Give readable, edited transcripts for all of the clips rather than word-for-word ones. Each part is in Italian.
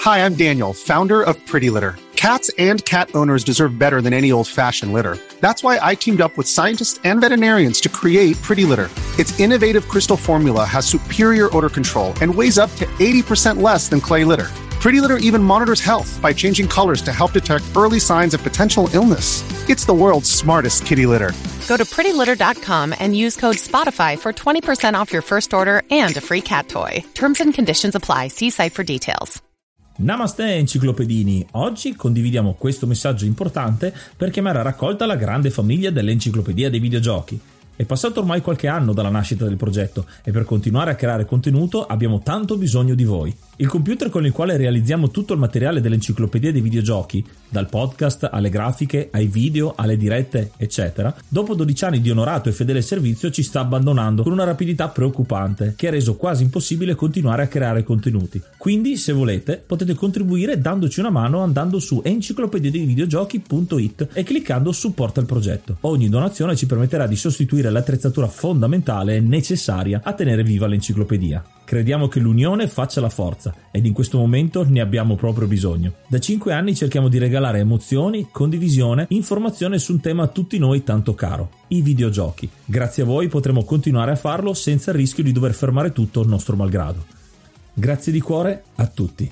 Hi, I'm Daniel, founder of Pretty Litter. Cats and cat owners deserve better than any old-fashioned litter. That's why I teamed up with scientists and veterinarians to create Pretty Litter. Its innovative crystal formula has superior odor control and weighs up to 80% less than clay litter. Pretty Litter even monitors health by changing colors to help detect early signs of potential illness. It's the world's smartest kitty litter. Go to prettylitter.com and use code SPOTIFY for 20% off your first order and a free cat toy. Terms and conditions apply. See site for details. Namaste enciclopedini, oggi condividiamo questo messaggio importante per chiamare a raccolta la grande famiglia dell'Enciclopedia dei Videogiochi. È passato ormai qualche anno dalla nascita del progetto e per continuare a creare contenuto abbiamo tanto bisogno di voi. Il computer con il quale realizziamo tutto il materiale dell'Enciclopedia dei Videogiochi, dal podcast alle grafiche, ai video, alle dirette, eccetera, dopo 12 anni di onorato e fedele servizio ci sta abbandonando con una rapidità preoccupante che ha reso quasi impossibile continuare a creare contenuti. Quindi, se volete, potete contribuire dandoci una mano andando su enciclopediadeivideogiochi.it e cliccando supporta il progetto. Ogni donazione ci permetterà di sostituire l'attrezzatura fondamentale e necessaria a tenere viva l'enciclopedia. Crediamo che l'unione faccia la forza ed in questo momento ne abbiamo proprio bisogno. Da 5 anni cerchiamo di regalare emozioni, condivisione, informazione su un tema a tutti noi tanto caro, i videogiochi. Grazie a voi potremo continuare a farlo senza il rischio di dover fermare tutto nostro malgrado. Grazie di cuore a tutti.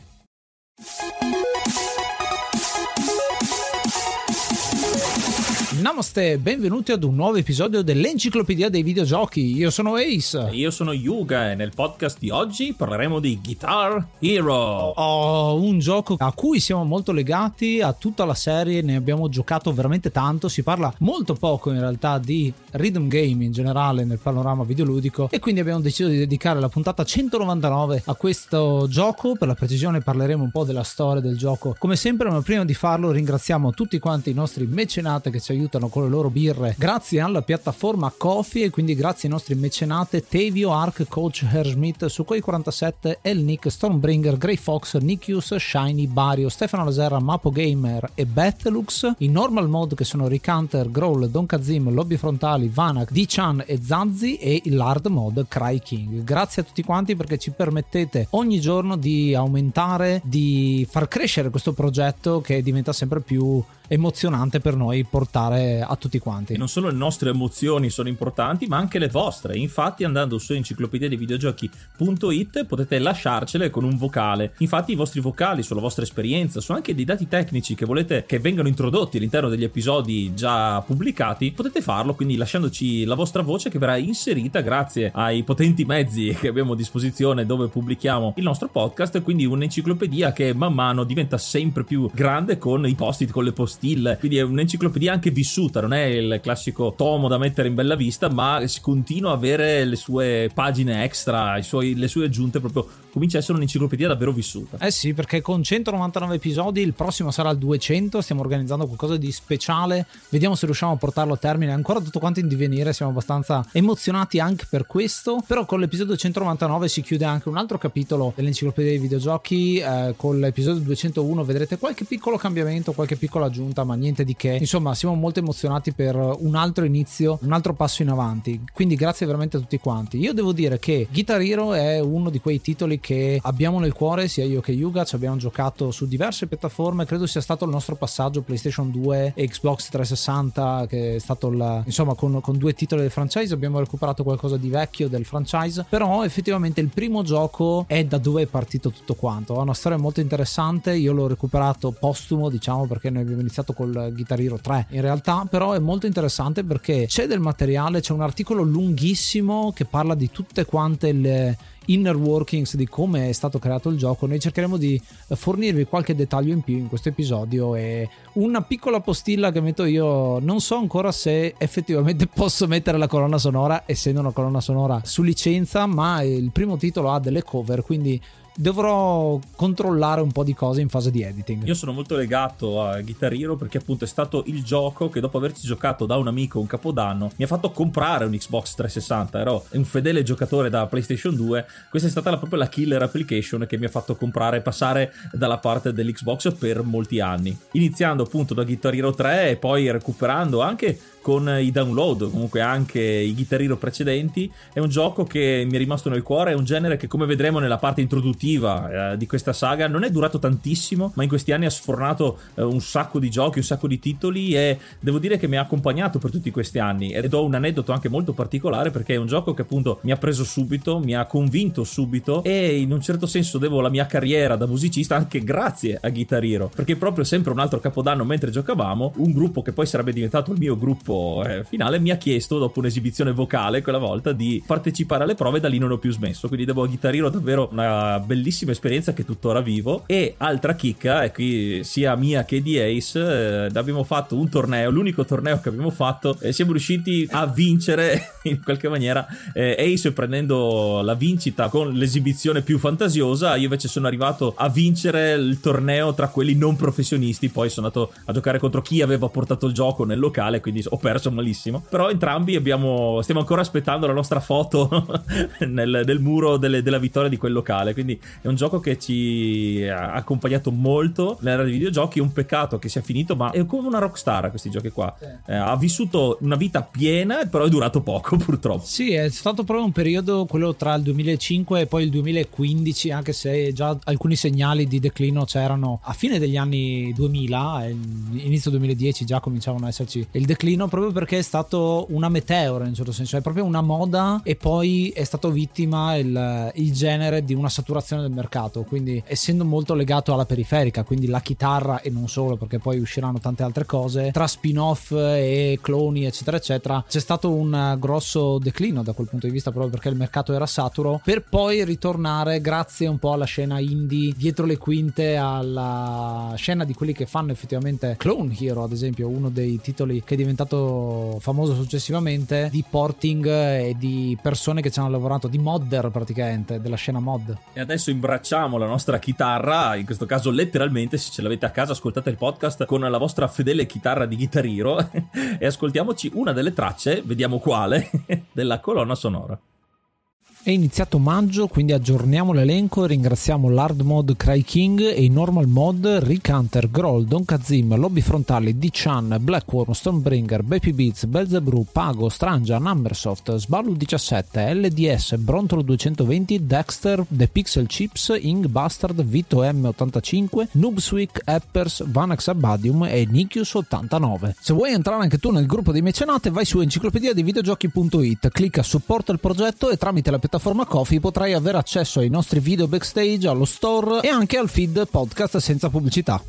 Namaste, benvenuti ad un nuovo episodio dell'Enciclopedia dei Videogiochi. Io sono Ace. Io sono Yuga e nel podcast di oggi parleremo di Guitar Hero. Un gioco a cui siamo molto legati, a tutta la serie, ne abbiamo giocato veramente tanto. Si parla molto poco in realtà di rhythm game in generale nel panorama videoludico e quindi abbiamo deciso di dedicare la puntata 199 a questo gioco. Per la precisione parleremo un po' della storia del gioco come sempre, ma prima di farlo ringraziamo tutti quanti i nostri mecenate che ci aiutano con le loro birre grazie alla piattaforma Ko-fi, e quindi grazie ai nostri mecenate Tevio, Ark, Coach Herschmidt, Sukhoi47, Elnick, Stormbringer, Grey Fox, Nikius, Shiny, Bario, Stefano Laserra, Mapo Gamer e Bethlux. In normal mode che sono Rick Hunter, Growl, Don Kazim, Lobby Frontali, Vanak, D-Chan e Zazzi, e il hard mode Cry King. Grazie a tutti quanti perché ci permettete ogni giorno di aumentare, di far crescere questo progetto che diventa sempre più emozionante per noi portare a tutti quanti. E non solo le nostre emozioni sono importanti, ma anche le vostre. Infatti, andando su enciclopediadeivideogiochi.it potete lasciarcele con un vocale. Infatti, i vostri vocali sulla vostra esperienza, su anche dei dati tecnici che volete che vengano introdotti all'interno degli episodi già pubblicati, potete farlo, quindi lasciandoci la vostra voce che verrà inserita grazie ai potenti mezzi che abbiamo a disposizione dove pubblichiamo il nostro podcast. Quindi un'enciclopedia che man mano diventa sempre più grande con i post-it, con le postille. Quindi è un'enciclopedia anche vissuta, non è il classico tomo da mettere in bella vista, ma si continua a avere le sue pagine extra, le sue aggiunte, proprio comincia a essere un'enciclopedia davvero vissuta. Eh sì, perché con 199 episodi, il prossimo sarà il 200, stiamo organizzando qualcosa di speciale, vediamo se riusciamo a portarlo a termine, è ancora tutto quanto in divenire, siamo abbastanza emozionati anche per questo, però con l'episodio 199 si chiude anche un altro capitolo dell'enciclopedia dei videogiochi. Con l'episodio 201 vedrete qualche piccolo cambiamento, qualche piccola aggiunta, ma niente di che. Insomma, siamo molto emozionati per un altro inizio, un altro passo in avanti, quindi grazie veramente a tutti quanti. Io devo dire che Guitar Hero è uno di quei titoli che abbiamo nel cuore, sia io che Yuga. Ci abbiamo giocato su diverse piattaforme, credo sia stato il nostro passaggio PlayStation 2 e Xbox 360 che è stato insomma con due titoli del franchise abbiamo recuperato qualcosa di vecchio del franchise, però effettivamente il primo gioco è da dove è partito tutto quanto. Ha una storia molto interessante, io l'ho recuperato postumo, diciamo, perché noi abbiamo iniziato col Guitar Hero 3 in realtà, però è molto interessante perché c'è del materiale, c'è un articolo lunghissimo che parla di tutte quante le inner workings di come è stato creato il gioco. Noi cercheremo di fornirvi qualche dettaglio in più in questo episodio e una piccola postilla che metto io. Non so ancora se effettivamente posso mettere la colonna sonora, essendo una colonna sonora su licenza, ma il primo titolo ha delle cover, quindi dovrò controllare un po' di cose in fase di editing. Io sono molto legato a Guitar Hero perché appunto è stato il gioco che, dopo averci giocato da un amico un capodanno, mi ha fatto comprare un Xbox 360. Ero un fedele giocatore da PlayStation 2. Questa è stata proprio la killer application che mi ha fatto comprare e passare dalla parte dell'Xbox per molti anni, iniziando appunto da Guitar Hero 3 e poi recuperando anche con i download comunque anche i Guitar Hero precedenti. È un gioco che mi è rimasto nel cuore, è un genere che, come vedremo nella parte introduttiva definitiva di questa saga. Non è durato tantissimo, ma in questi anni ha sfornato un sacco di giochi, un sacco di titoli, e devo dire che mi ha accompagnato per tutti questi anni. Ed ho un aneddoto anche molto particolare, perché è un gioco che appunto mi ha preso subito, mi ha convinto subito, e in un certo senso devo la mia carriera da musicista anche grazie a Guitar Hero, perché proprio sempre un altro capodanno mentre giocavamo, un gruppo che poi sarebbe diventato il mio gruppo finale mi ha chiesto, dopo un'esibizione vocale quella volta, di partecipare alle prove, e da lì non ho più smesso. Quindi devo a Guitar Hero davvero una bellissima esperienza che tuttora vivo. E altra chicca, e qui sia mia che di Ace, abbiamo fatto un torneo, l'unico torneo che abbiamo fatto, e siamo riusciti a vincere in qualche maniera, Ace prendendo la vincita con l'esibizione più fantasiosa, io invece sono arrivato a vincere il torneo tra quelli non professionisti. Poi sono andato a giocare contro chi aveva portato il gioco nel locale, quindi ho perso malissimo, però entrambi stiamo ancora aspettando la nostra foto nel muro della vittoria di quel locale. Quindi è un gioco che ci ha accompagnato molto nell'era dei videogiochi. È un peccato che sia finito, ma è come una rockstar a questi giochi qua. Ha vissuto una vita piena, però è durato poco, purtroppo. Sì, è stato proprio un periodo, quello tra il 2005 e poi il 2015, anche se già alcuni segnali di declino c'erano a fine degli anni 2000, inizio 2010 già cominciavano a esserci il declino, proprio perché è stato una meteora in un certo senso, è proprio una moda, e poi è stato vittima il genere di una saturazione del mercato, quindi essendo molto legato alla periferica, quindi la chitarra e non solo, perché poi usciranno tante altre cose tra spin-off e cloni eccetera eccetera, c'è stato un grosso declino da quel punto di vista, proprio perché il mercato era saturo, per poi ritornare grazie un po' alla scena indie, dietro le quinte alla scena di quelli che fanno effettivamente Clone Hero, ad esempio, uno dei titoli che è diventato famoso successivamente, di porting e di persone che ci hanno lavorato, di modder praticamente, della scena mod. E adesso imbracciamo la nostra chitarra, in questo caso letteralmente, se ce l'avete a casa ascoltate il podcast con la vostra fedele chitarra di Guitar Hero e ascoltiamoci una delle tracce, vediamo quale, della colonna sonora. È iniziato maggio, quindi aggiorniamo l'elenco e ringraziamo l'hard mod Cry King e i normal mod Rick Hunter, Groll, Don Kazim, Lobby Frontali, D-Chan, Blackworm, Stonebringer, Baby Beats, Belzebrew, Pago, Strangia, Numbersoft, Sballu 17, LDS, Brontolo 220, Dexter, The Pixel Chips, Ing Bastard, Vito M85, Noobswick, Eppers, Vanax Abadium e Nikius 89. Se vuoi entrare anche tu nel gruppo dei mecenate, vai su enciclopedia dei videogiochi.it, clicca supporta il progetto e tramite la piattaforma Ko-fi potrai avere accesso ai nostri video backstage, allo store e anche al feed podcast senza pubblicità.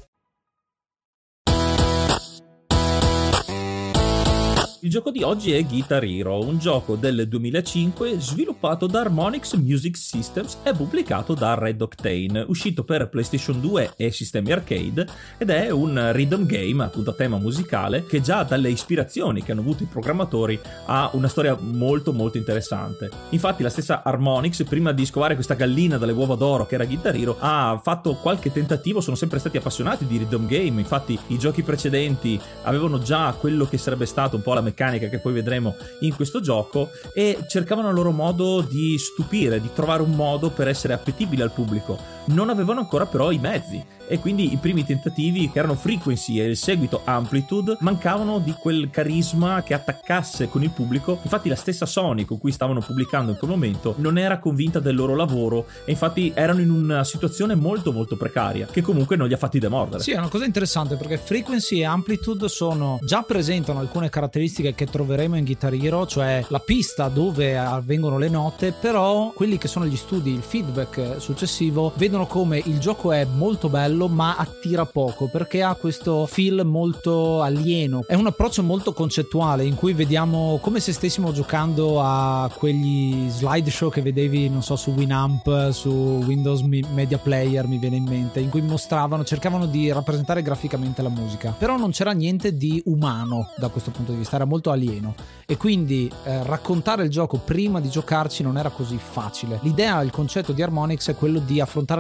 Il gioco di oggi è Guitar Hero, un gioco del 2005 sviluppato da Harmonix Music Systems e pubblicato da Red Octane, uscito per PlayStation 2 e sistemi arcade, ed è un rhythm game appunto a tema musicale che già dalle ispirazioni che hanno avuto i programmatori ha una storia molto molto interessante. Infatti la stessa Harmonix, prima di scovare questa gallina dalle uova d'oro che era Guitar Hero, ha fatto qualche tentativo, sono sempre stati appassionati di rhythm game, infatti i giochi precedenti avevano già quello che sarebbe stato un po' la meccanica che poi vedremo in questo gioco, e cercavano il loro modo di stupire, di trovare un modo per essere appetibili al pubblico. Non avevano ancora però i mezzi, e quindi i primi tentativi, che erano Frequency e il seguito Amplitude, mancavano di quel carisma che attaccasse con il pubblico. Infatti la stessa Sony, con cui stavano pubblicando in quel momento, non era convinta del loro lavoro, e infatti erano in una situazione molto molto precaria, che comunque non li ha fatti demordere. Sì, è una cosa interessante, perché Frequency e Amplitude già presentano alcune caratteristiche che troveremo in Guitar Hero, cioè la pista dove avvengono le note, però quelli che sono gli studi, il feedback successivo, vedono come il gioco è molto bello ma attira poco, perché ha questo feel molto alieno. È un approccio molto concettuale, in cui vediamo come se stessimo giocando a quegli slideshow che vedevi, non so, su Winamp, su Windows Media Player mi viene in mente, in cui cercavano di rappresentare graficamente la musica, però non c'era niente di umano da questo punto di vista, era molto alieno, e quindi raccontare il gioco prima di giocarci non era così facile. L'idea, il concetto di Harmonix è quello di affrontare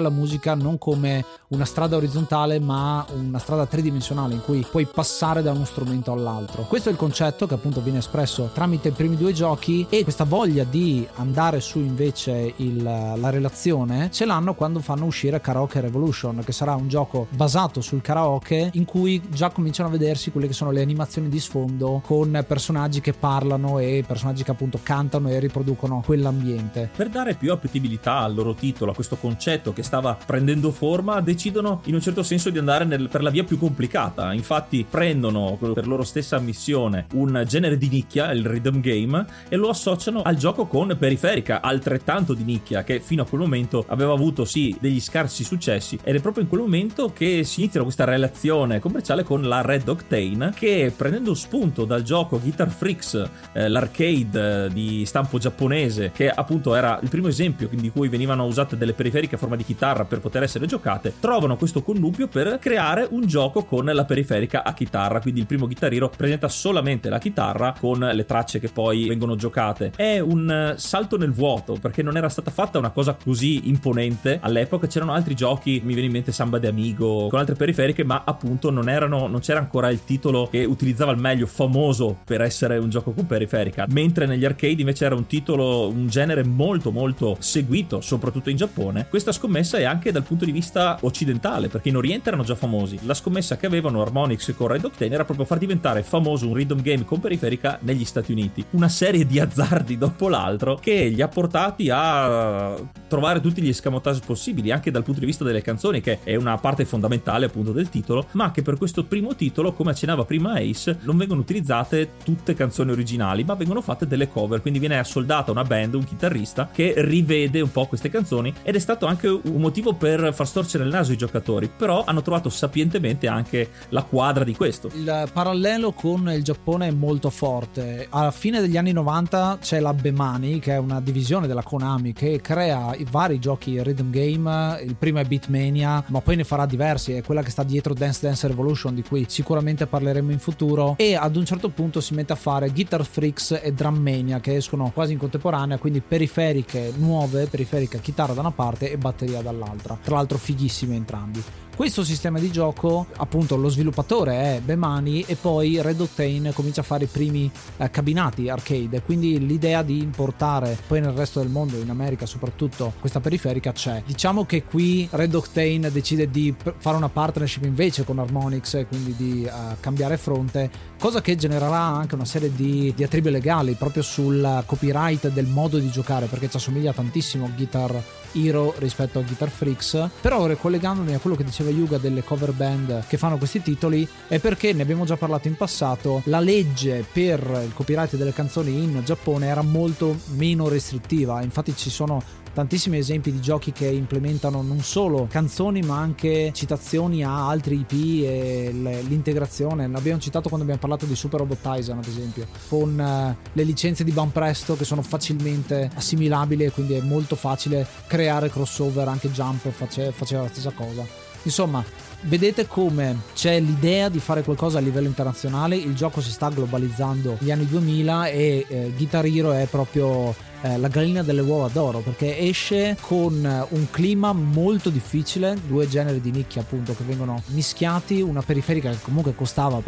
la musica non come una strada orizzontale ma una strada tridimensionale in cui puoi passare da uno strumento all'altro. Questo è il concetto che appunto viene espresso tramite i primi due giochi, e questa voglia di andare su invece la relazione ce l'hanno quando fanno uscire Karaoke Revolution, che sarà un gioco basato sul karaoke in cui già cominciano a vedersi quelle che sono le animazioni di sfondo con personaggi che parlano e personaggi che appunto cantano e riproducono quell'ambiente. Per dare più appetibilità al loro titolo, a questo concetto che stava prendendo forma, decidono in un certo senso di andare per la via più complicata. Infatti prendono per loro stessa ammissione un genere di nicchia, il rhythm game, e lo associano al gioco con Periferica, altrettanto di nicchia, che fino a quel momento aveva avuto sì degli scarsi successi, ed è proprio in quel momento che si inizia questa relazione commerciale con la Red Octane, che prendendo spunto dal gioco Guitar Freaks, l'arcade di stampo giapponese, che appunto era il primo esempio di cui venivano usate delle periferiche a forma di chitarra per poter essere giocate, trovano questo connubio per creare un gioco con la periferica a chitarra. Quindi il primo Guitar Hero presenta solamente la chitarra con le tracce che poi vengono giocate. È un salto nel vuoto, perché non era stata fatta una cosa così imponente all'epoca. C'erano altri giochi, mi viene in mente Samba de Amigo, con altre periferiche, ma appunto non c'era ancora il titolo che utilizzava al meglio, famoso per essere un gioco con periferica, mentre negli arcade invece era un genere molto molto seguito, soprattutto in Giappone. Questa scommessa è anche dal punto di vista occidentale, perché in Oriente erano già famosi. La scommessa che avevano Harmonix con Red Octane era proprio far diventare famoso un rhythm game con periferica negli Stati Uniti. Una serie di azzardi dopo l'altro che li ha portati a trovare tutti gli escamotage possibili, anche dal punto di vista delle canzoni, che è una parte fondamentale appunto del titolo, ma che per questo primo titolo, come accennava prima Ace, non vengono utilizzate tutte canzoni originali, ma vengono fatte delle cover. Quindi viene assoldata una band, un chitarrista che rivede un po' queste canzoni, ed è stato anche un motivo per far storcere il naso ai giocatori, però hanno trovato sapientemente anche la quadra di questo. Il parallelo con il Giappone è molto forte. Alla fine degli anni 90 c'è la Bemani, che è una divisione della Konami che crea i vari giochi rhythm game. Il primo è Beatmania, ma poi ne farà diversi, è quella che sta dietro Dance Dance Revolution, di cui sicuramente parleremo in futuro, e ad un certo punto si mette a fare Guitar Freaks e Drummania, che escono quasi in contemporanea, quindi periferiche nuove, periferica chitarra da una parte e batteria dall'altra, tra l'altro fighissime entrambi. Questo sistema di gioco, appunto, lo sviluppatore è Bemani, e poi Red Octane comincia a fare i primi cabinati arcade, quindi l'idea di importare poi nel resto del mondo, in America soprattutto, questa periferica c'è. Diciamo che qui Red Octane decide di fare una partnership invece con Harmonix, e quindi di cambiare fronte, cosa che genererà anche una serie di diatribe legali proprio sul copyright del modo di giocare, perché ci assomiglia tantissimo a Guitar Hero rispetto a Guitar Freaks. Però ricollegandomi a quello che diceva Yuga delle cover band che fanno questi titoli, è perché ne abbiamo già parlato in passato, la legge per il copyright delle canzoni in Giappone era molto meno restrittiva. Infatti ci sono tantissimi esempi di giochi che implementano non solo canzoni ma anche citazioni a altri IP e l'integrazione. L'abbiamo citato quando abbiamo parlato di Super Robot Tyson, ad esempio, con le licenze di Banpresto che sono facilmente assimilabili, e quindi è molto facile creare crossover. Anche Jump faceva la stessa cosa. Insomma, vedete come c'è l'idea di fare qualcosa a livello internazionale. Il gioco si sta globalizzando negli anni 2000, e Guitar Hero è proprio la gallina delle uova d'oro, perché esce con un clima molto difficile, due generi di nicchia appunto che vengono mischiati, una periferica che comunque costava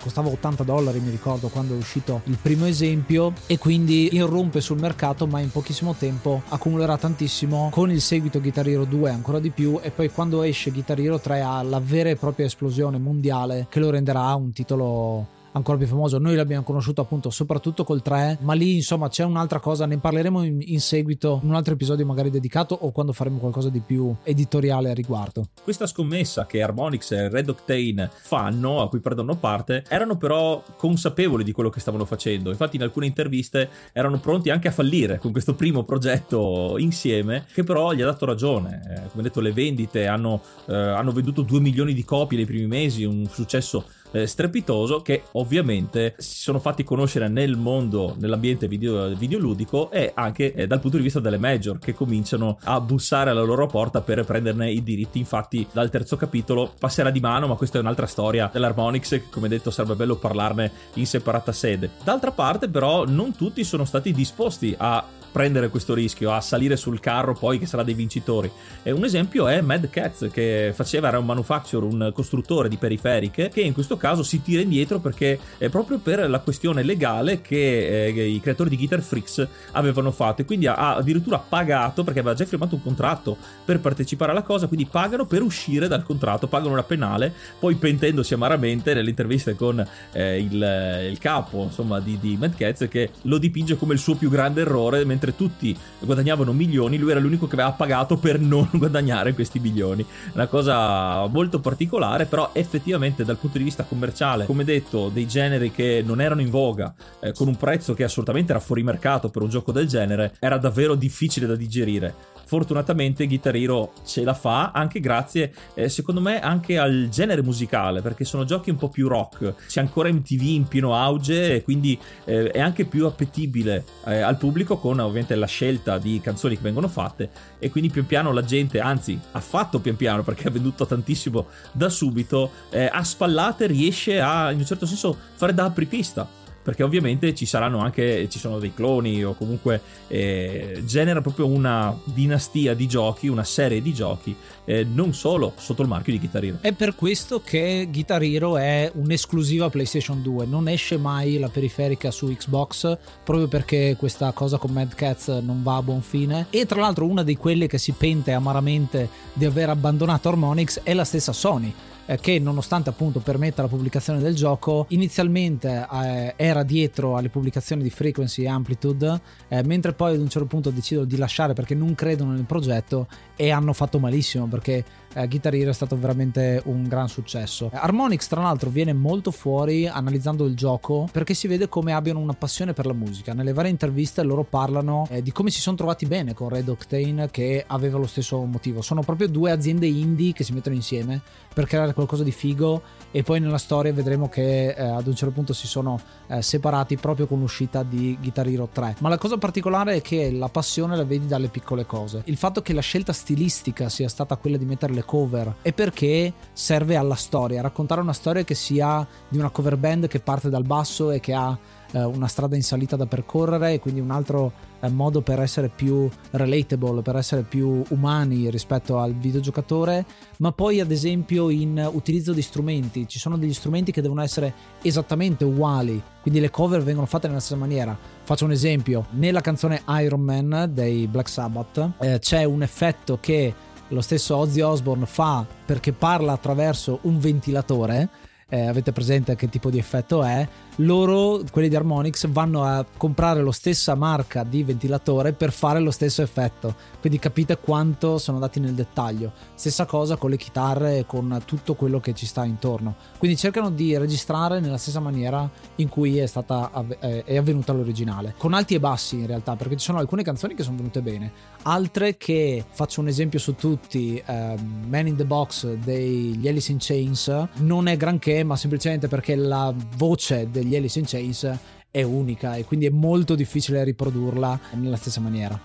$80, mi ricordo quando è uscito il primo esempio, e quindi irrompe sul mercato, ma in pochissimo tempo accumulerà tantissimo, con il seguito Guitar Hero 2 ancora di più, e poi quando esce Guitar Hero 3 ha la vera e propria esplosione mondiale che lo renderà un titolo ancora più famoso. Noi l'abbiamo conosciuto appunto soprattutto col 3, ma lì insomma c'è un'altra cosa, ne parleremo in seguito in un altro episodio magari dedicato, o quando faremo qualcosa di più editoriale a riguardo. Questa scommessa che Harmonix e Red Octane fanno, a cui prendono parte, erano però consapevoli di quello che stavano facendo. Infatti in alcune interviste erano pronti anche a fallire con questo primo progetto insieme, che però gli ha dato ragione. Come detto, le vendite hanno venduto 2 milioni di copie nei primi mesi, un successo strepitoso, che ovviamente si sono fatti conoscere nel mondo, nell'ambiente videoludico, e anche dal punto di vista delle major, che cominciano a bussare alla loro porta per prenderne i diritti. Infatti dal terzo capitolo passerà di mano, ma questa è un'altra storia dell'Harmonix, che come detto sarebbe bello parlarne in separata sede. D'altra parte però non tutti sono stati disposti a prendere questo rischio, a salire sul carro poi che sarà dei vincitori. E un esempio è Mad Catz, che era un manufacturer, un costruttore di periferiche, che in questo caso si tira indietro perché è proprio per la questione legale che i creatori di Guitar Freaks avevano fatto, e quindi ha addirittura pagato, perché aveva già firmato un contratto per partecipare alla cosa, quindi pagano per uscire dal contratto, pagano una penale, poi pentendosi amaramente nelle interviste con il capo, insomma, di Mad Catz, che lo dipinge come il suo più grande errore. Mentre tutti guadagnavano milioni, lui era l'unico che aveva pagato per non guadagnare questi milioni. Una cosa molto particolare, però effettivamente dal punto di vista commerciale, come detto, dei generi che non erano in voga, con un prezzo che assolutamente era fuori mercato per un gioco del genere, era davvero difficile da digerire. Fortunatamente Guitar Hero ce la fa, anche grazie secondo me anche al genere musicale, perché sono giochi un po' più rock, c'è ancora MTV in pieno auge, e quindi è anche più appetibile al pubblico, con ovviamente la scelta di canzoni che vengono fatte, e quindi pian piano la gente, anzi ha fatto pian piano perché ha venduto tantissimo da subito, a spallate riesce a, in un certo senso, fare da apripista, perché ovviamente ci sono dei cloni, o comunque genera proprio una dinastia di giochi, una serie di giochi, non solo sotto il marchio di Guitar Hero. È per questo che Guitar Hero è un'esclusiva PlayStation 2, non esce mai la periferica su Xbox, proprio perché questa cosa con Mad Catz non va a buon fine. E tra l'altro una di quelle che si pente amaramente di aver abbandonato Harmonix è la stessa Sony, che nonostante appunto permetta la pubblicazione del gioco, inizialmente era dietro alle pubblicazioni di Frequency e Amplitude, mentre poi ad un certo punto decidono di lasciare perché non credono nel progetto, e hanno fatto malissimo, perché Guitar Hero è stato veramente un gran successo. Harmonix tra l'altro viene molto fuori analizzando il gioco, perché si vede come abbiano una passione per la musica. Nelle varie interviste loro parlano di come si sono trovati bene con Red Octane, che aveva lo stesso motivo. Sono proprio due aziende indie che si mettono insieme per creare qualcosa di figo, e poi nella storia vedremo che ad un certo punto si sono separati proprio con l'uscita di Guitar Hero 3. Ma la cosa particolare è che la passione la vedi dalle piccole cose. Il fatto che la scelta stilistica sia stata quella di mettere le cover è perché serve alla storia, raccontare una storia che sia di una cover band che parte dal basso e che ha una strada in salita da percorrere, e quindi un altro modo per essere più relatable, per essere più umani rispetto al videogiocatore. Ma poi ad esempio in utilizzo di strumenti, ci sono degli strumenti che devono essere esattamente uguali, quindi le cover vengono fatte nella stessa maniera. Faccio un esempio: nella canzone Iron Man dei Black Sabbath c'è un effetto che lo stesso Ozzy Osbourne fa perché parla attraverso un ventilatore. Avete presente che tipo di effetto è? Loro, quelli di Harmonix, vanno a comprare la stessa marca di ventilatore per fare lo stesso effetto, quindi capite quanto sono andati nel dettaglio. Stessa cosa con le chitarre e con tutto quello che ci sta intorno, quindi cercano di registrare nella stessa maniera in cui è avvenuta l'originale, con alti e bassi in realtà, perché ci sono alcune canzoni che sono venute bene, altre che, faccio un esempio su tutti, Man in the Box degli Alice in Chains non è granché, ma semplicemente perché la voce degli Alice in Chains è unica, e quindi è molto difficile riprodurla nella stessa maniera.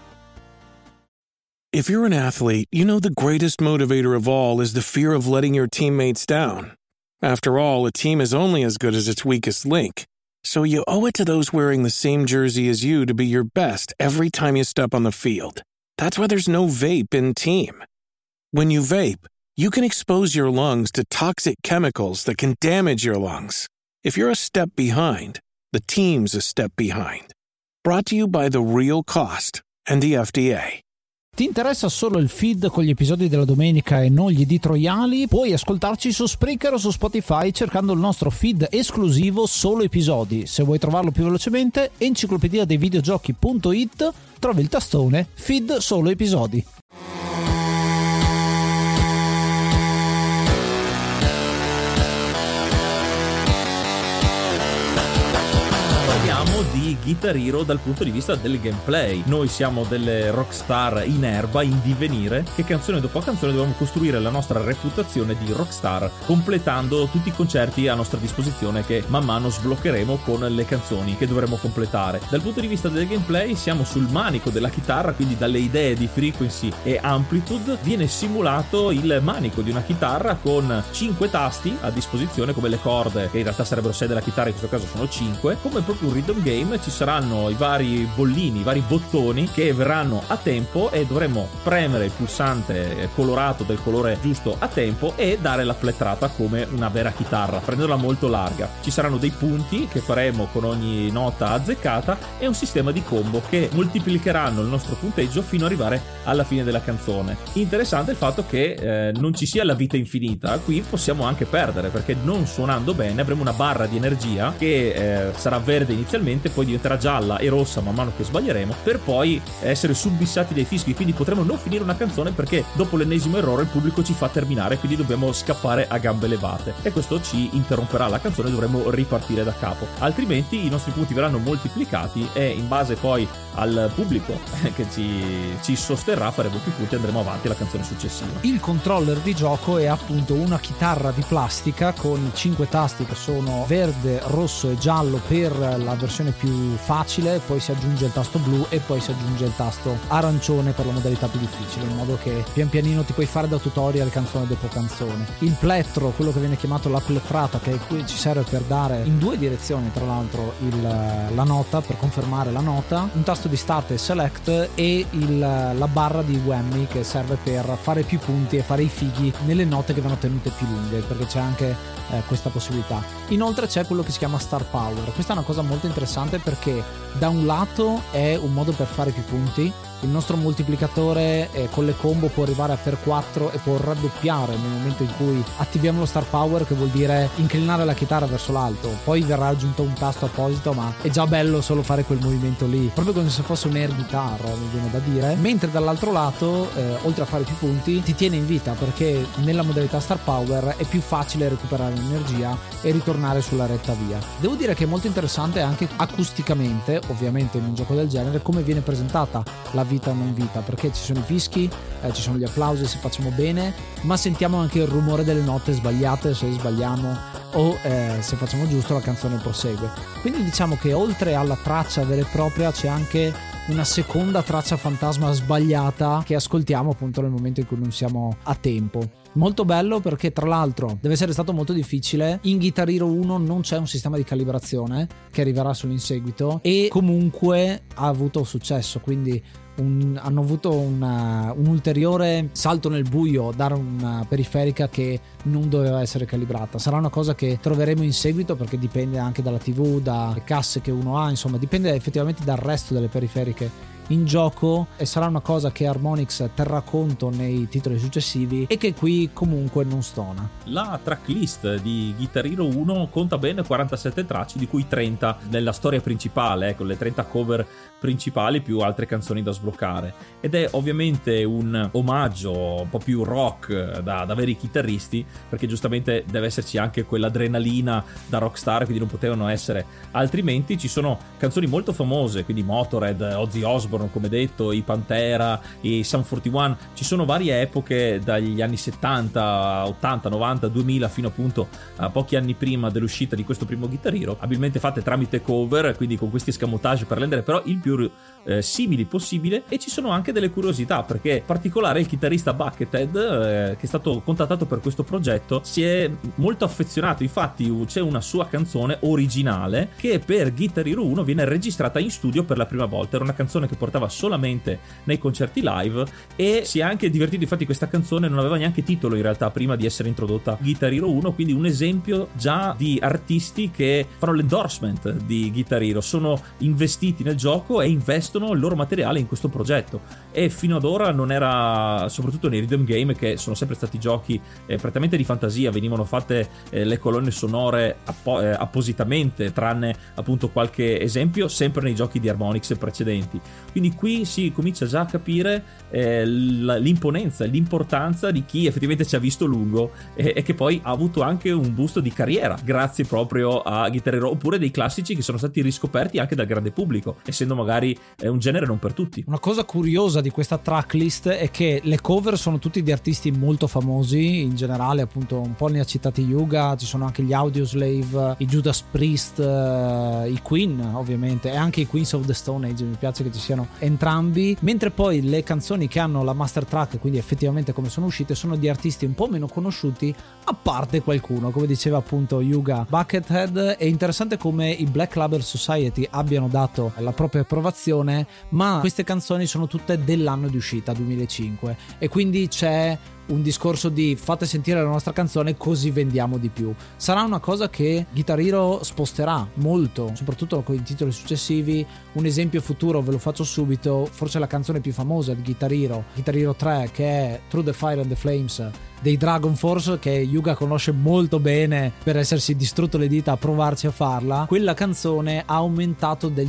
If you're an athlete, you know the greatest motivator of all is the fear of letting your teammates down. After all, a team is only as good as its weakest link. So you owe it to those wearing the same jersey as you to be your best every time you step on the field. That's why there's no vape in team. When you vape, you can expose your lungs to toxic chemicals that can damage your lungs. If you're a step behind, the team's a step behind. Brought to you by The Real Cost and the FDA. Ti interessa solo il feed con gli episodi della domenica e non gli editoriali? Puoi ascoltarci su Spreaker o su Spotify cercando il nostro feed esclusivo Solo Episodi. Se vuoi trovarlo più velocemente, enciclopedia dei videogiochi.it, trovi il tastone Feed Solo Episodi. Di Guitar Hero dal punto di vista del gameplay. Noi siamo delle rockstar in erba, in divenire, che canzone dopo canzone dobbiamo costruire la nostra reputazione di rockstar, completando tutti i concerti a nostra disposizione che man mano sbloccheremo con le canzoni che dovremo completare. Dal punto di vista del gameplay siamo sul manico della chitarra, quindi dalle idee di Frequency e Amplitude viene simulato il manico di una chitarra con 5 tasti a disposizione, come le corde, che in realtà sarebbero 6 della chitarra, in questo caso sono 5, come proprio un Rhythm Game ci saranno i vari bollini, i vari bottoni che verranno a tempo e dovremo premere il pulsante colorato del colore giusto a tempo e dare la plettrata come una vera chitarra, prenderla molto larga. Ci saranno dei punti che faremo con ogni nota azzeccata e un sistema di combo che moltiplicheranno il nostro punteggio fino ad arrivare alla fine della canzone. Interessante il fatto che non ci sia la vita infinita, qui possiamo anche perdere, perché non suonando bene avremo una barra di energia che sarà verde inizialmente, poi diventerà gialla e rossa man mano che sbaglieremo, per poi essere subissati dai fischi, quindi potremo non finire una canzone perché dopo l'ennesimo errore il pubblico ci fa terminare, quindi dobbiamo scappare a gambe levate e questo ci interromperà la canzone e dovremo ripartire da capo, altrimenti i nostri punti verranno moltiplicati e in base poi al pubblico che ci sosterrà faremo più punti e andremo avanti alla canzone successiva. Il controller di gioco è appunto una chitarra di plastica con 5 tasti che sono verde, rosso e giallo per la versione più facile, poi si aggiunge il tasto blu e poi si aggiunge il tasto arancione per la modalità più difficile, in modo che pian pianino ti puoi fare da tutorial canzone dopo canzone. Il plettro, quello che viene chiamato la plettrata, che qui ci serve per dare in 2 direzioni tra l'altro la nota, per confermare la nota, un tasto di start e select e la barra di whammy che serve per fare più punti e fare i fighi nelle note che vanno tenute più lunghe, perché c'è anche questa possibilità. Inoltre c'è quello che si chiama Star Power. Questa è una cosa molto interessante perché da un lato è un modo per fare più punti. Il nostro moltiplicatore con le combo può arrivare a per 4 e può raddoppiare nel momento in cui attiviamo lo Star Power, che vuol dire inclinare la chitarra verso l'alto. Poi verrà aggiunto un tasto apposito, ma è già bello solo fare quel movimento lì, proprio come se fosse un air guitar, mi viene da dire. Mentre dall'altro lato, oltre a fare più punti, ti tiene in vita, perché nella modalità Star Power è più facile recuperare l'energia e ritornare sulla retta via. Devo dire che è molto interessante anche acusticamente, ovviamente in un gioco del genere, come viene presentata la vita o non vita, perché ci sono i fischi, ci sono gli applausi se facciamo bene, ma sentiamo anche il rumore delle note sbagliate se sbagliamo o se facciamo giusto la canzone prosegue. Quindi diciamo che oltre alla traccia vera e propria c'è anche una seconda traccia fantasma sbagliata che ascoltiamo appunto nel momento in cui non siamo a tempo. Molto bello, perché tra l'altro deve essere stato molto difficile. In Guitar Hero 1 non c'è un sistema di calibrazione, che arriverà solo in seguito, e comunque ha avuto successo, quindi hanno avuto un ulteriore salto nel buio, dare una periferica che non doveva essere calibrata. Sarà una cosa che troveremo in seguito, perché dipende anche dalla TV, dalle casse che uno ha, insomma dipende effettivamente dal resto delle periferiche in gioco, e sarà una cosa che Harmonix terrà conto nei titoli successivi e che qui comunque non stona. La tracklist di Guitar Hero 1 conta ben 47 tracce, di cui 30 nella storia principale, con le 30 cover principali più altre canzoni da sbloccare, ed è ovviamente un omaggio un po' più rock da veri chitarristi, perché giustamente deve esserci anche quell'adrenalina da rockstar, quindi non potevano essere altrimenti. Ci sono canzoni molto famose, quindi Motorhead, Ozzy Osbourne come detto, i Pantera, i Sum 41. Ci sono varie epoche dagli anni 70, 80, 90, 2000 fino appunto a pochi anni prima dell'uscita di questo primo Guitar Hero, abilmente fatte tramite cover, quindi con questi escamotage per rendere però il più simili possibile. E ci sono anche delle curiosità, perché in particolare il chitarrista Buckethead, che è stato contattato per questo progetto, si è molto affezionato. Infatti c'è una sua canzone originale che per Guitar Hero 1 viene registrata in studio per la prima volta. Era una canzone che portava solamente nei concerti live e si è anche divertito. Infatti questa canzone non aveva neanche titolo in realtà prima di essere introdotta Guitar Hero 1, quindi un esempio già di artisti che fanno l'endorsement di Guitar Hero, sono investiti nel gioco e investono il loro materiale in questo progetto. E fino ad ora non era, soprattutto nei rhythm game, che sono sempre stati giochi prettamente di fantasia, venivano fatte le colonne sonore appositamente, tranne appunto qualche esempio sempre nei giochi di Harmonix precedenti. Quindi qui si comincia già a capire l'imponenza, l'importanza di chi effettivamente ci ha visto lungo e che poi ha avuto anche un boost di carriera grazie proprio a Guitar Hero, oppure dei classici che sono stati riscoperti anche dal grande pubblico, essendo magari un genere non per tutti. Una cosa curiosa di questa tracklist è che le cover sono tutti di artisti molto famosi in generale, appunto un po' ne ha citati Yuga, ci sono anche gli Audioslave, i Judas Priest, i Queen ovviamente, e anche i Queens of the Stone Age. Mi piace che ci siano funzionano entrambi, mentre poi le canzoni che hanno la master track, quindi effettivamente come sono uscite, sono di artisti un po' meno conosciuti, a parte qualcuno, come diceva appunto Yuga. Buckethead, è interessante come i Black Label Society abbiano dato la propria approvazione, ma queste canzoni sono tutte dell'anno di uscita, 2005, e quindi c'è un discorso di fate sentire la nostra canzone così vendiamo di più. Sarà una cosa che Guitar Hero sposterà molto, soprattutto con i titoli successivi. Un esempio futuro ve lo faccio subito, forse la canzone più famosa di Guitar Hero 3, che è Through the Fire and the Flames dei Dragon Force, che Yuga conosce molto bene per essersi distrutto le dita a provarci a farla. Quella canzone ha aumentato del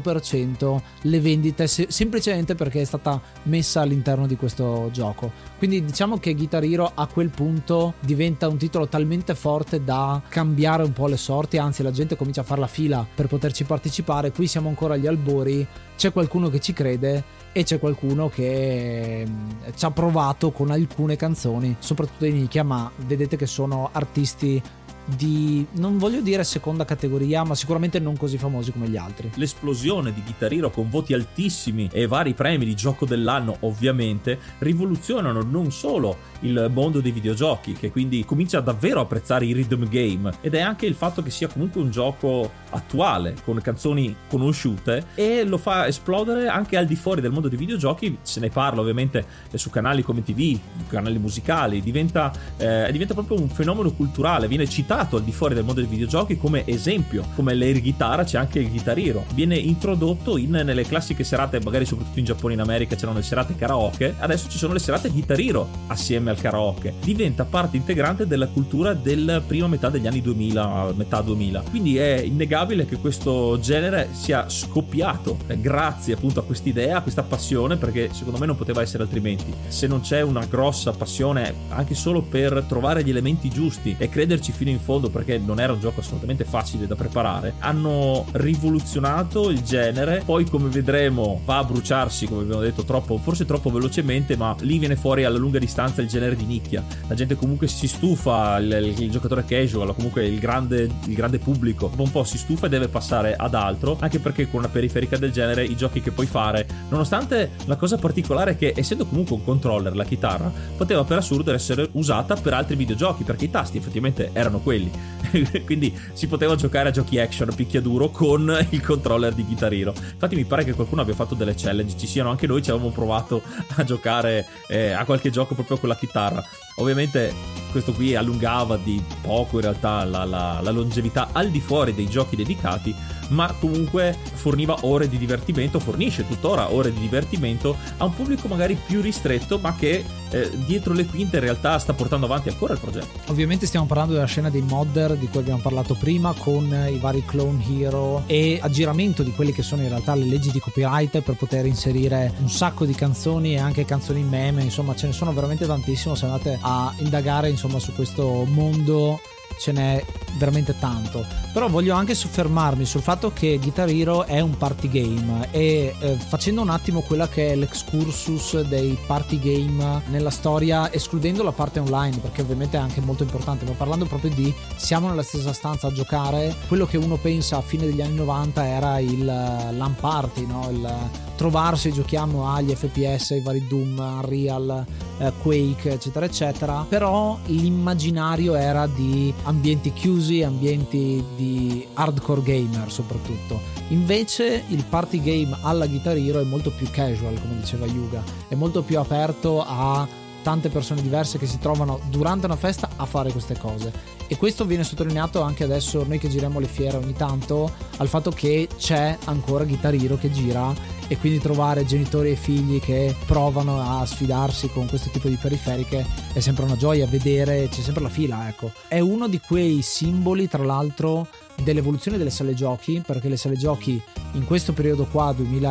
100% le vendite semplicemente perché è stata messa all'interno di questo gioco. Quindi diciamo che Guitar Hero a quel punto diventa un titolo talmente forte da cambiare un po' le sorti, anzi la gente comincia a fare la fila per poterci partecipare. Qui siamo ancora agli albori, c'è qualcuno che ci crede e c'è qualcuno che ci ha provato con alcune canzoni, soprattutto in nicchia, ma vedete che sono artisti di, non voglio dire seconda categoria, ma sicuramente non così famosi come gli altri. L'esplosione di Guitar Hero con voti altissimi e vari premi di gioco dell'anno ovviamente rivoluzionano non solo il mondo dei videogiochi, che quindi comincia davvero a apprezzare i rhythm game, ed è anche il fatto che sia comunque un gioco attuale con canzoni conosciute, e lo fa esplodere anche al di fuori del mondo dei videogiochi. Se ne parla ovviamente su canali come TV, canali musicali, diventa proprio un fenomeno culturale, viene citato al di fuori del mondo dei videogiochi come esempio. Come l'air guitar c'è anche il Guitar Hero, viene introdotto nelle classiche serate, magari soprattutto in Giappone e in America c'erano le serate karaoke, adesso ci sono le serate Guitar Hero assieme al karaoke, diventa parte integrante della cultura del prima metà degli anni 2000, metà 2000. Quindi è innegabile che questo genere sia scoppiato grazie appunto a quest'idea, a questa passione, perché secondo me non poteva essere altrimenti. Se non c'è una grossa passione anche solo per trovare gli elementi giusti e crederci fino in fondo, perché non era un gioco assolutamente facile da preparare, hanno rivoluzionato il genere. Poi, come vedremo, va a bruciarsi, come abbiamo detto, forse troppo velocemente, ma lì viene fuori alla lunga distanza il genere di nicchia. La gente comunque si stufa, il giocatore casual, comunque il grande pubblico un po' si stufa e deve passare ad altro, anche perché con una periferica del genere i giochi che puoi fare, nonostante la cosa particolare è che essendo comunque un controller, la chitarra poteva per assurdo essere usata per altri videogiochi, perché i tasti effettivamente erano quelli quindi si poteva giocare a giochi action picchiaduro con il controller di Guitar Hero. Infatti mi pare che qualcuno abbia fatto delle challenge, ci siano anche noi, ci avevamo provato a giocare a qualche gioco proprio con la chitarra. Ovviamente questo qui allungava di poco in realtà la longevità al di fuori dei giochi dedicati, ma comunque forniva ore di divertimento, fornisce tuttora ore di divertimento a un pubblico magari più ristretto, ma che dietro le quinte in realtà sta portando avanti ancora il progetto. Ovviamente stiamo parlando della scena dei modder di cui abbiamo parlato prima, con i vari clone hero e aggiramento di quelle che sono in realtà le leggi di copyright per poter inserire un sacco di canzoni e anche canzoni meme. Insomma, ce ne sono veramente tantissimo. Se andate a indagare insomma su questo mondo ce n'è veramente tanto. Però voglio anche soffermarmi sul fatto che Guitar Hero è un party game e facendo un attimo quella che è l'excursus dei party game nella storia, escludendo la parte online perché ovviamente è anche molto importante, ma parlando proprio di siamo nella stessa stanza a giocare, quello che uno pensa a fine degli anni 90 era il LAN party, no? Il trovarsi, giochiamo agli FPS, ai vari Doom, Unreal, Quake eccetera eccetera, però l'immaginario era di ambienti chiusi, ambienti di hardcore gamer soprattutto. Invece il party game alla Guitar Hero è molto più casual, come diceva Yuga, è molto più aperto a tante persone diverse che si trovano durante una festa a fare queste cose, e questo viene sottolineato anche adesso noi che giriamo le fiere ogni tanto, al fatto che c'è ancora Guitar Hero che gira, e quindi trovare genitori e figli che provano a sfidarsi con questo tipo di periferiche è sempre una gioia. Vedere, c'è sempre la fila, ecco. È uno di quei simboli, tra l'altro, dell'evoluzione delle sale giochi, perché le sale giochi in questo periodo qua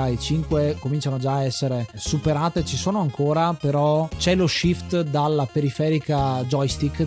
2005 cominciano già a essere superate, ci sono ancora, però c'è lo shift dalla periferica joystick,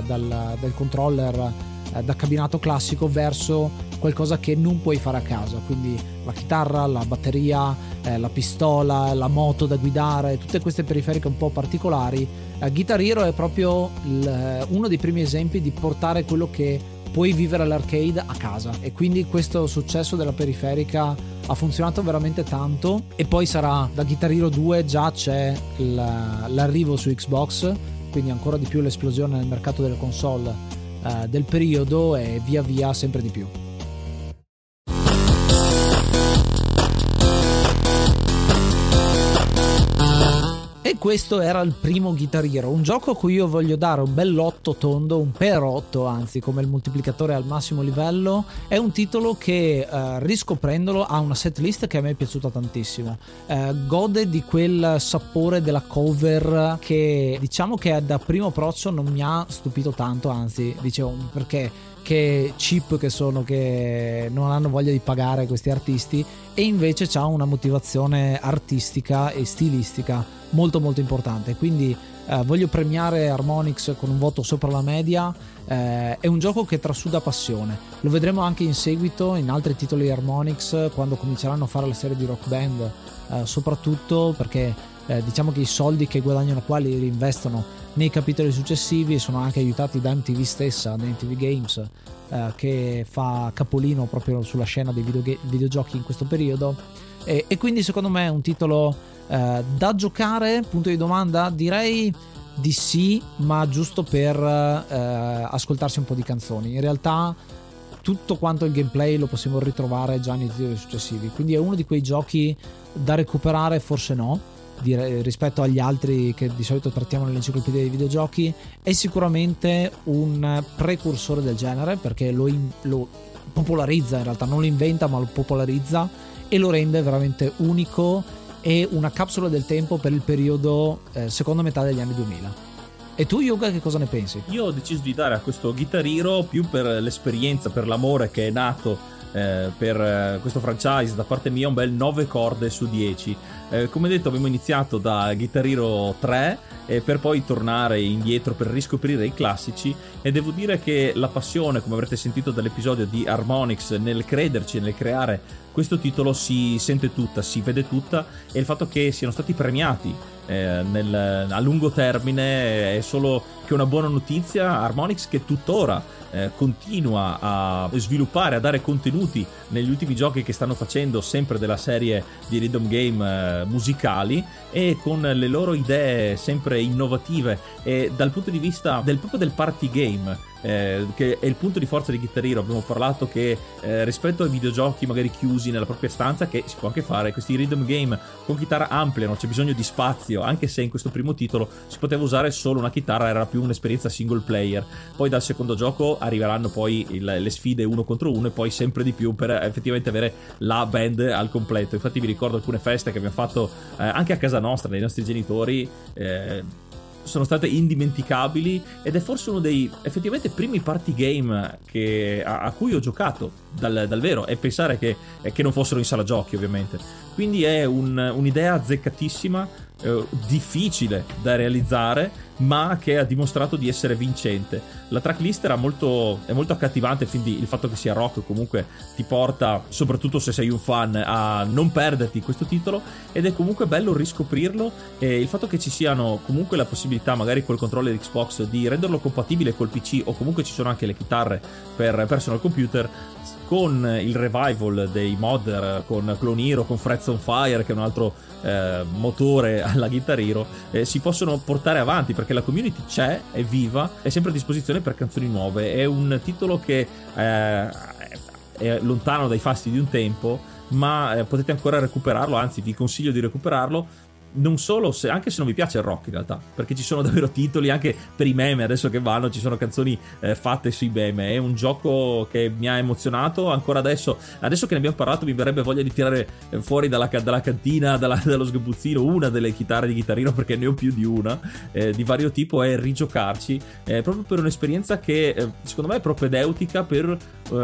dal controller da cabinato classico verso qualcosa che non puoi fare a casa, quindi la chitarra, la batteria, la pistola, la moto da guidare, tutte queste periferiche un po' particolari. Guitar Hero è proprio uno dei primi esempi di portare quello che puoi vivere l'arcade a casa, e quindi questo successo della periferica ha funzionato veramente tanto. E poi sarà da Guitar Hero 2 già c'è l'arrivo su Xbox, quindi ancora di più l'esplosione nel mercato delle console del periodo, e via via sempre di più. E questo era il primo Guitar Hero, un gioco a cui io voglio dare un bell'8 tondo, un per 8 anzi, come il moltiplicatore al massimo livello. È un titolo che riscoprendolo ha una setlist che a me è piaciuta tantissimo, gode di quel sapore della cover che diciamo che da primo approccio non mi ha stupito tanto, anzi dicevo perché che cheap che sono, che non hanno voglia di pagare questi artisti, e invece c'ha una motivazione artistica e stilistica molto molto importante. Quindi voglio premiare Harmonix con un voto sopra la media. È un gioco che trasuda passione, lo vedremo anche in seguito in altri titoli di Harmonix quando cominceranno a fare la serie di Rock Band, soprattutto perché diciamo che i soldi che guadagnano qua li reinvestono nei capitoli successivi, e sono anche aiutati da MTV stessa, da MTV Games, che fa capolino proprio sulla scena dei videogiochi in questo periodo, e quindi secondo me è un titolo da giocare, punto di domanda? Direi di sì, ma giusto per ascoltarsi un po' di canzoni. In realtà tutto quanto il gameplay lo possiamo ritrovare già nei titoli successivi, quindi è uno di quei giochi da recuperare, forse no, rispetto agli altri che di solito trattiamo nell'enciclopedia dei videogiochi. È sicuramente un precursore del genere, perché lo popolarizza, in realtà non lo inventa ma lo popolarizza e lo rende veramente unico, e una capsula del tempo per il periodo seconda metà degli anni 2000. E tu, Yuga, che cosa ne pensi? Io ho deciso di dare a questo Guitar Hero, più per l'esperienza, per l'amore che è nato per questo franchise da parte mia, un bel 9 corde su 10. Come detto, abbiamo iniziato da Guitar Hero 3 per poi tornare indietro per riscoprire i classici, e devo dire che la passione, come avrete sentito dall'episodio di Harmonix, nel crederci, nel creare questo titolo si sente tutta, si vede tutta, e il fatto che siano stati premiati a lungo termine è solo che una buona notizia. Harmonix, che tuttora continua a sviluppare, a dare contenuti negli ultimi giochi che stanno facendo, sempre della serie di rhythm game musicali, e con le loro idee sempre innovative, e dal punto di vista proprio del party game, che è il punto di forza di Guitar Hero. Abbiamo parlato che rispetto ai videogiochi magari chiusi nella propria stanza, che si può anche fare, questi rhythm game con chitarra ampliano, c'è bisogno di spazio, anche se in questo primo titolo si poteva usare solo una chitarra, era più un'esperienza single player. Poi dal secondo gioco arriveranno poi le sfide uno contro uno, e poi sempre di più per effettivamente avere la band al completo. Infatti vi ricordo alcune feste che abbiamo fatto anche a casa nostra, dai nostri genitori, sono state indimenticabili, ed è forse uno dei effettivamente primi party game a cui ho giocato dal vero, e pensare che non fossero in sala giochi, ovviamente. Quindi è un'idea azzeccatissima, difficile da realizzare, ma che ha dimostrato di essere vincente. La tracklist è molto accattivante, quindi il fatto che sia rock comunque ti porta, soprattutto se sei un fan, a non perderti questo titolo, ed è comunque bello riscoprirlo, e il fatto che ci siano comunque la possibilità, magari col controller Xbox, di renderlo compatibile col PC, o comunque ci sono anche le chitarre per personal computer, con il revival dei modder, con Clone Hero, con Frets on Fire, che è un altro motore alla Guitar Hero, si possono portare avanti, perché la community c'è, è viva, è sempre a disposizione per canzoni nuove. È un titolo che è lontano dai fasti di un tempo, ma potete ancora recuperarlo, anzi vi consiglio di recuperarlo. Non solo, anche se non vi piace il rock, in realtà, perché ci sono davvero titoli anche per i meme adesso che vanno, ci sono canzoni fatte sui meme. È un gioco che mi ha emozionato ancora adesso che ne abbiamo parlato. Mi verrebbe voglia di tirare fuori dalla cantina, dallo sgabuzzino, una delle chitarre di Guitar Hero, perché ne ho più di una di vario tipo, e rigiocarci proprio per un'esperienza che secondo me è propedeutica per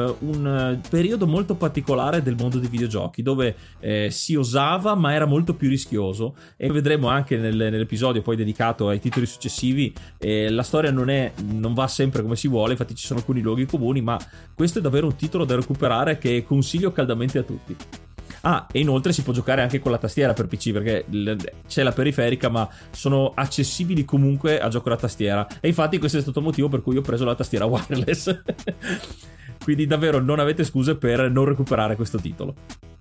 un periodo molto particolare del mondo dei videogiochi, dove si osava ma era molto più rischioso. E vedremo anche nell'episodio poi dedicato ai titoli successivi, la storia non va sempre come si vuole, infatti ci sono alcuni luoghi comuni, ma questo è davvero un titolo da recuperare che consiglio caldamente a tutti. E inoltre si può giocare anche con la tastiera per PC, perché c'è la periferica, ma sono accessibili comunque a gioco da tastiera, e infatti questo è stato il motivo per cui ho preso la tastiera wireless. Quindi davvero non avete scuse per non recuperare questo titolo.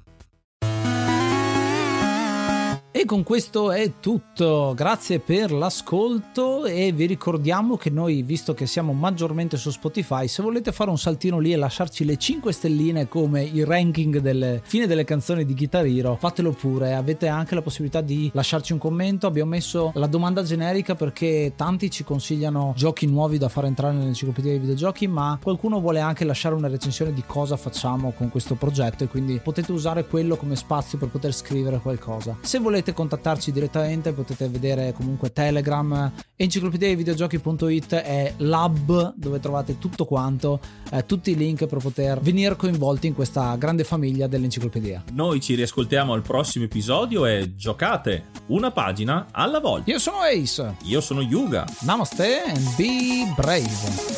E con questo è tutto, grazie per l'ascolto e vi ricordiamo che noi, visto che siamo maggiormente su Spotify, se volete fare un saltino lì e lasciarci le 5 stelline come il ranking delle fine delle canzoni di Guitar Hero, fatelo pure. Avete anche la possibilità di lasciarci un commento. Abbiamo messo la domanda generica perché tanti ci consigliano giochi nuovi da far entrare nell'enciclopedia dei videogiochi, ma qualcuno vuole anche lasciare una recensione di cosa facciamo con questo progetto e quindi potete usare quello come spazio per poter scrivere qualcosa. Se volete contattarci direttamente potete vedere comunque Telegram, enciclopediavideogiochi.it è l'hub dove trovate tutto quanto, tutti i link per poter venire coinvolti in questa grande famiglia dell'enciclopedia. Noi ci riascoltiamo al prossimo episodio e giocate una pagina alla volta. Io sono Ace. Io sono Yuga. Namaste and be brave.